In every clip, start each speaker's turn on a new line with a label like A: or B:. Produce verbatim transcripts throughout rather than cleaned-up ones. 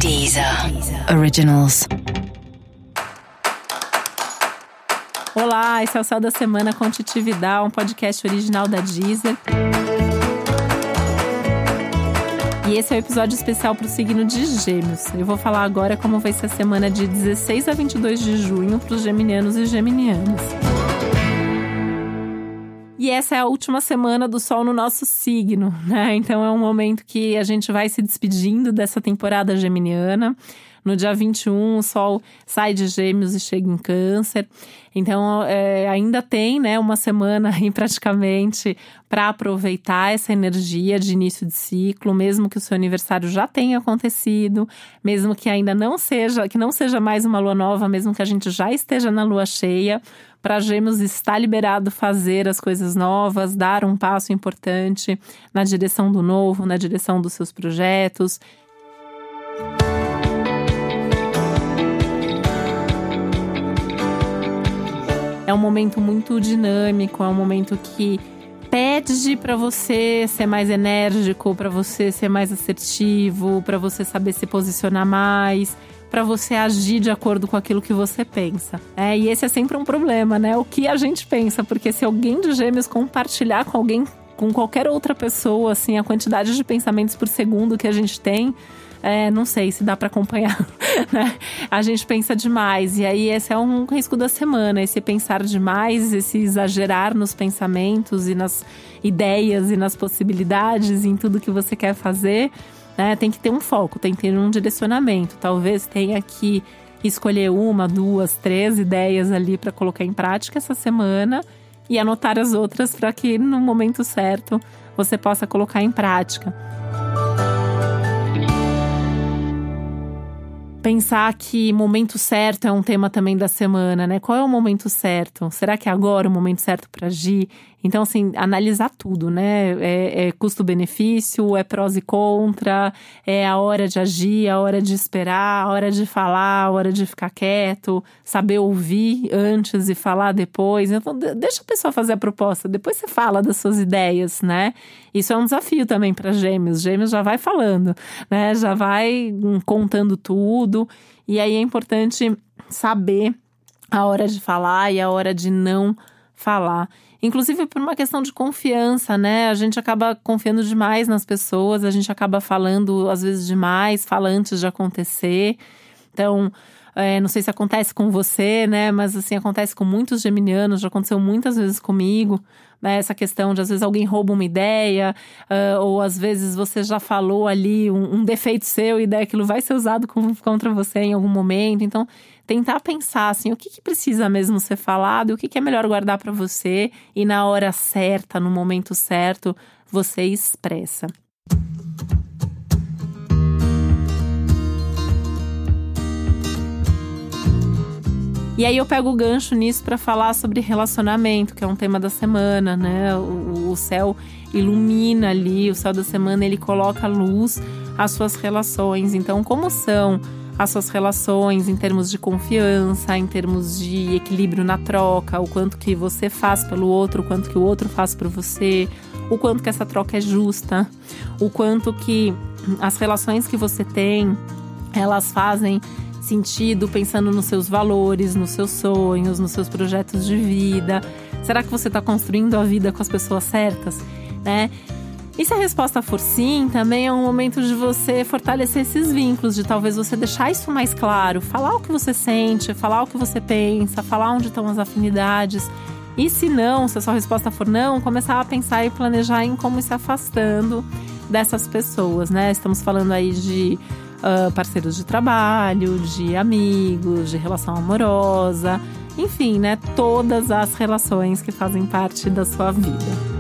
A: Deezer Originals.
B: Olá, esse é o Céu da Semana com Titi Vidal, um podcast original da Deezer. E esse é o um episódio especial para o signo de Gêmeos. Eu vou falar agora como vai ser a semana de dezesseis a vinte e dois de junho para os geminianos e geminianas. E essa é a última semana do Sol no nosso signo, né? Então é um momento que a gente vai se despedindo dessa temporada geminiana. No dia vinte e um, o Sol sai de Gêmeos e chega em Câncer. Então, é, ainda tem, né, uma semana aí praticamente para aproveitar essa energia de início de ciclo, mesmo que o seu aniversário já tenha acontecido, mesmo que ainda não seja, que não seja mais uma lua nova, mesmo que a gente já esteja na lua cheia. Para Gêmeos está liberado fazer as coisas novas, dar um passo importante na direção do novo, na direção dos seus projetos. É um momento muito dinâmico, é um momento que pede para você ser mais enérgico, para você ser mais assertivo, para você saber se posicionar mais, para você agir de acordo com aquilo que você pensa. É, e esse é sempre um problema, né? O que a gente pensa, porque se alguém de Gêmeos compartilhar com alguém, com qualquer outra pessoa, assim, a quantidade de pensamentos por segundo que a gente tem, é, não sei se dá para acompanhar, né? A gente pensa demais, e aí esse é um risco da semana, esse pensar demais, esse exagerar nos pensamentos e nas ideias e nas possibilidades, em tudo que você quer fazer. É, tem que ter um foco, tem que ter um direcionamento. Talvez tenha que escolher uma, duas, três ideias ali para colocar em prática essa semana e anotar as outras para que no momento certo você possa colocar em prática. Pensar que momento certo é um tema também da semana, né? Qual é o momento certo? Será que é agora o momento certo para agir? Então, assim, analisar tudo, né? É, é custo-benefício, é prós e contra, é a hora de agir, a hora de esperar, a hora de falar, a hora de ficar quieto, saber ouvir antes e falar depois. Então, deixa a pessoa fazer a proposta, depois você fala das suas ideias, né? Isso é um desafio também para Gêmeos. Gêmeos já vai falando, né? Já vai contando tudo. E aí é importante saber a hora de falar e a hora de não falar. Inclusive por uma questão de confiança, né? A gente acaba confiando demais nas pessoas, a gente acaba falando às vezes demais, fala antes de acontecer. Então, é, não sei se acontece com você, né? Mas assim, acontece com muitos geminianos, já aconteceu muitas vezes comigo, né? Essa questão de às vezes alguém rouba uma ideia, uh, ou às vezes você já falou ali um, um defeito seu e daí aquilo vai ser usado com, contra você em algum momento. Então, tentar pensar assim, o que, que precisa mesmo ser falado e o que, que é melhor guardar para você e na hora certa, no momento certo, você expressa. E aí eu pego o gancho nisso para falar sobre relacionamento, que é um tema da semana, né? O, o céu ilumina ali, o céu da semana ele coloca luz às suas relações. Então, como são as suas relações em termos de confiança, em termos de equilíbrio na troca, o quanto que você faz pelo outro, o quanto que o outro faz por você, o quanto que essa troca é justa, o quanto que as relações que você tem, elas fazem sentido pensando nos seus valores, nos seus sonhos, nos seus projetos de vida. Será que você está construindo a vida com as pessoas certas, né? E se a resposta for sim, também é um momento de você fortalecer esses vínculos, de talvez você deixar isso mais claro, falar o que você sente, falar o que você pensa, falar onde estão as afinidades. E se não, se a sua resposta for não, começar a pensar e planejar em como ir se afastando dessas pessoas, né? Estamos falando aí de uh, parceiros de trabalho, de amigos, de relação amorosa, enfim, né? Todas as relações que fazem parte da sua vida.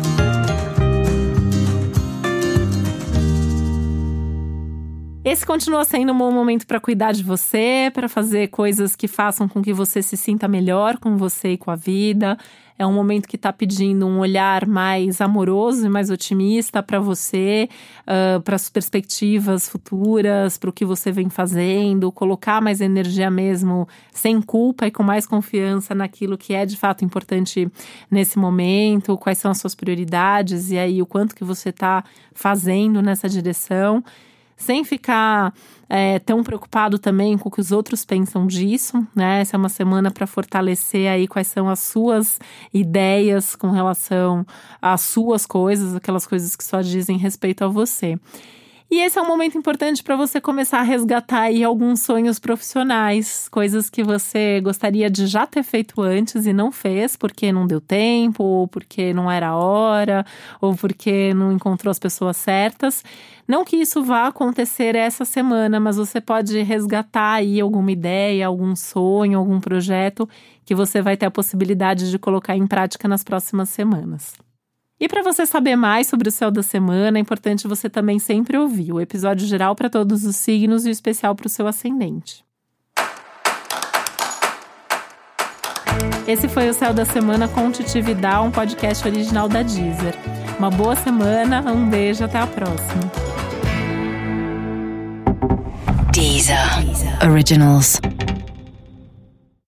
B: Esse continua sendo um bom momento para cuidar de você, para fazer coisas que façam com que você se sinta melhor com você e com a vida. É um momento que está pedindo um olhar mais amoroso e mais otimista para você, uh, para as perspectivas futuras, para o que você vem fazendo, colocar mais energia mesmo, sem culpa e com mais confiança naquilo que é de fato importante nesse momento, quais são as suas prioridades e aí o quanto que você está fazendo nessa direção. sem ficar é, tão preocupado também com o que os outros pensam disso, né? Essa é uma semana para fortalecer aí quais são as suas ideias com relação às suas coisas, aquelas coisas que só dizem respeito a você. E esse é um momento importante para você começar a resgatar aí alguns sonhos profissionais, coisas que você gostaria de já ter feito antes e não fez porque não deu tempo, ou porque não era a hora, ou porque não encontrou as pessoas certas. Não que isso vá acontecer essa semana, mas você pode resgatar aí alguma ideia, algum sonho, algum projeto que você vai ter a possibilidade de colocar em prática nas próximas semanas. E para você saber mais sobre o céu da semana, é importante você também sempre ouvir o episódio geral para todos os signos e o especial para o seu ascendente. Esse foi o Céu da Semana com Titi Vidal, um podcast original da Deezer. Uma boa semana, um beijo, até a próxima.
A: Deezer. Originals.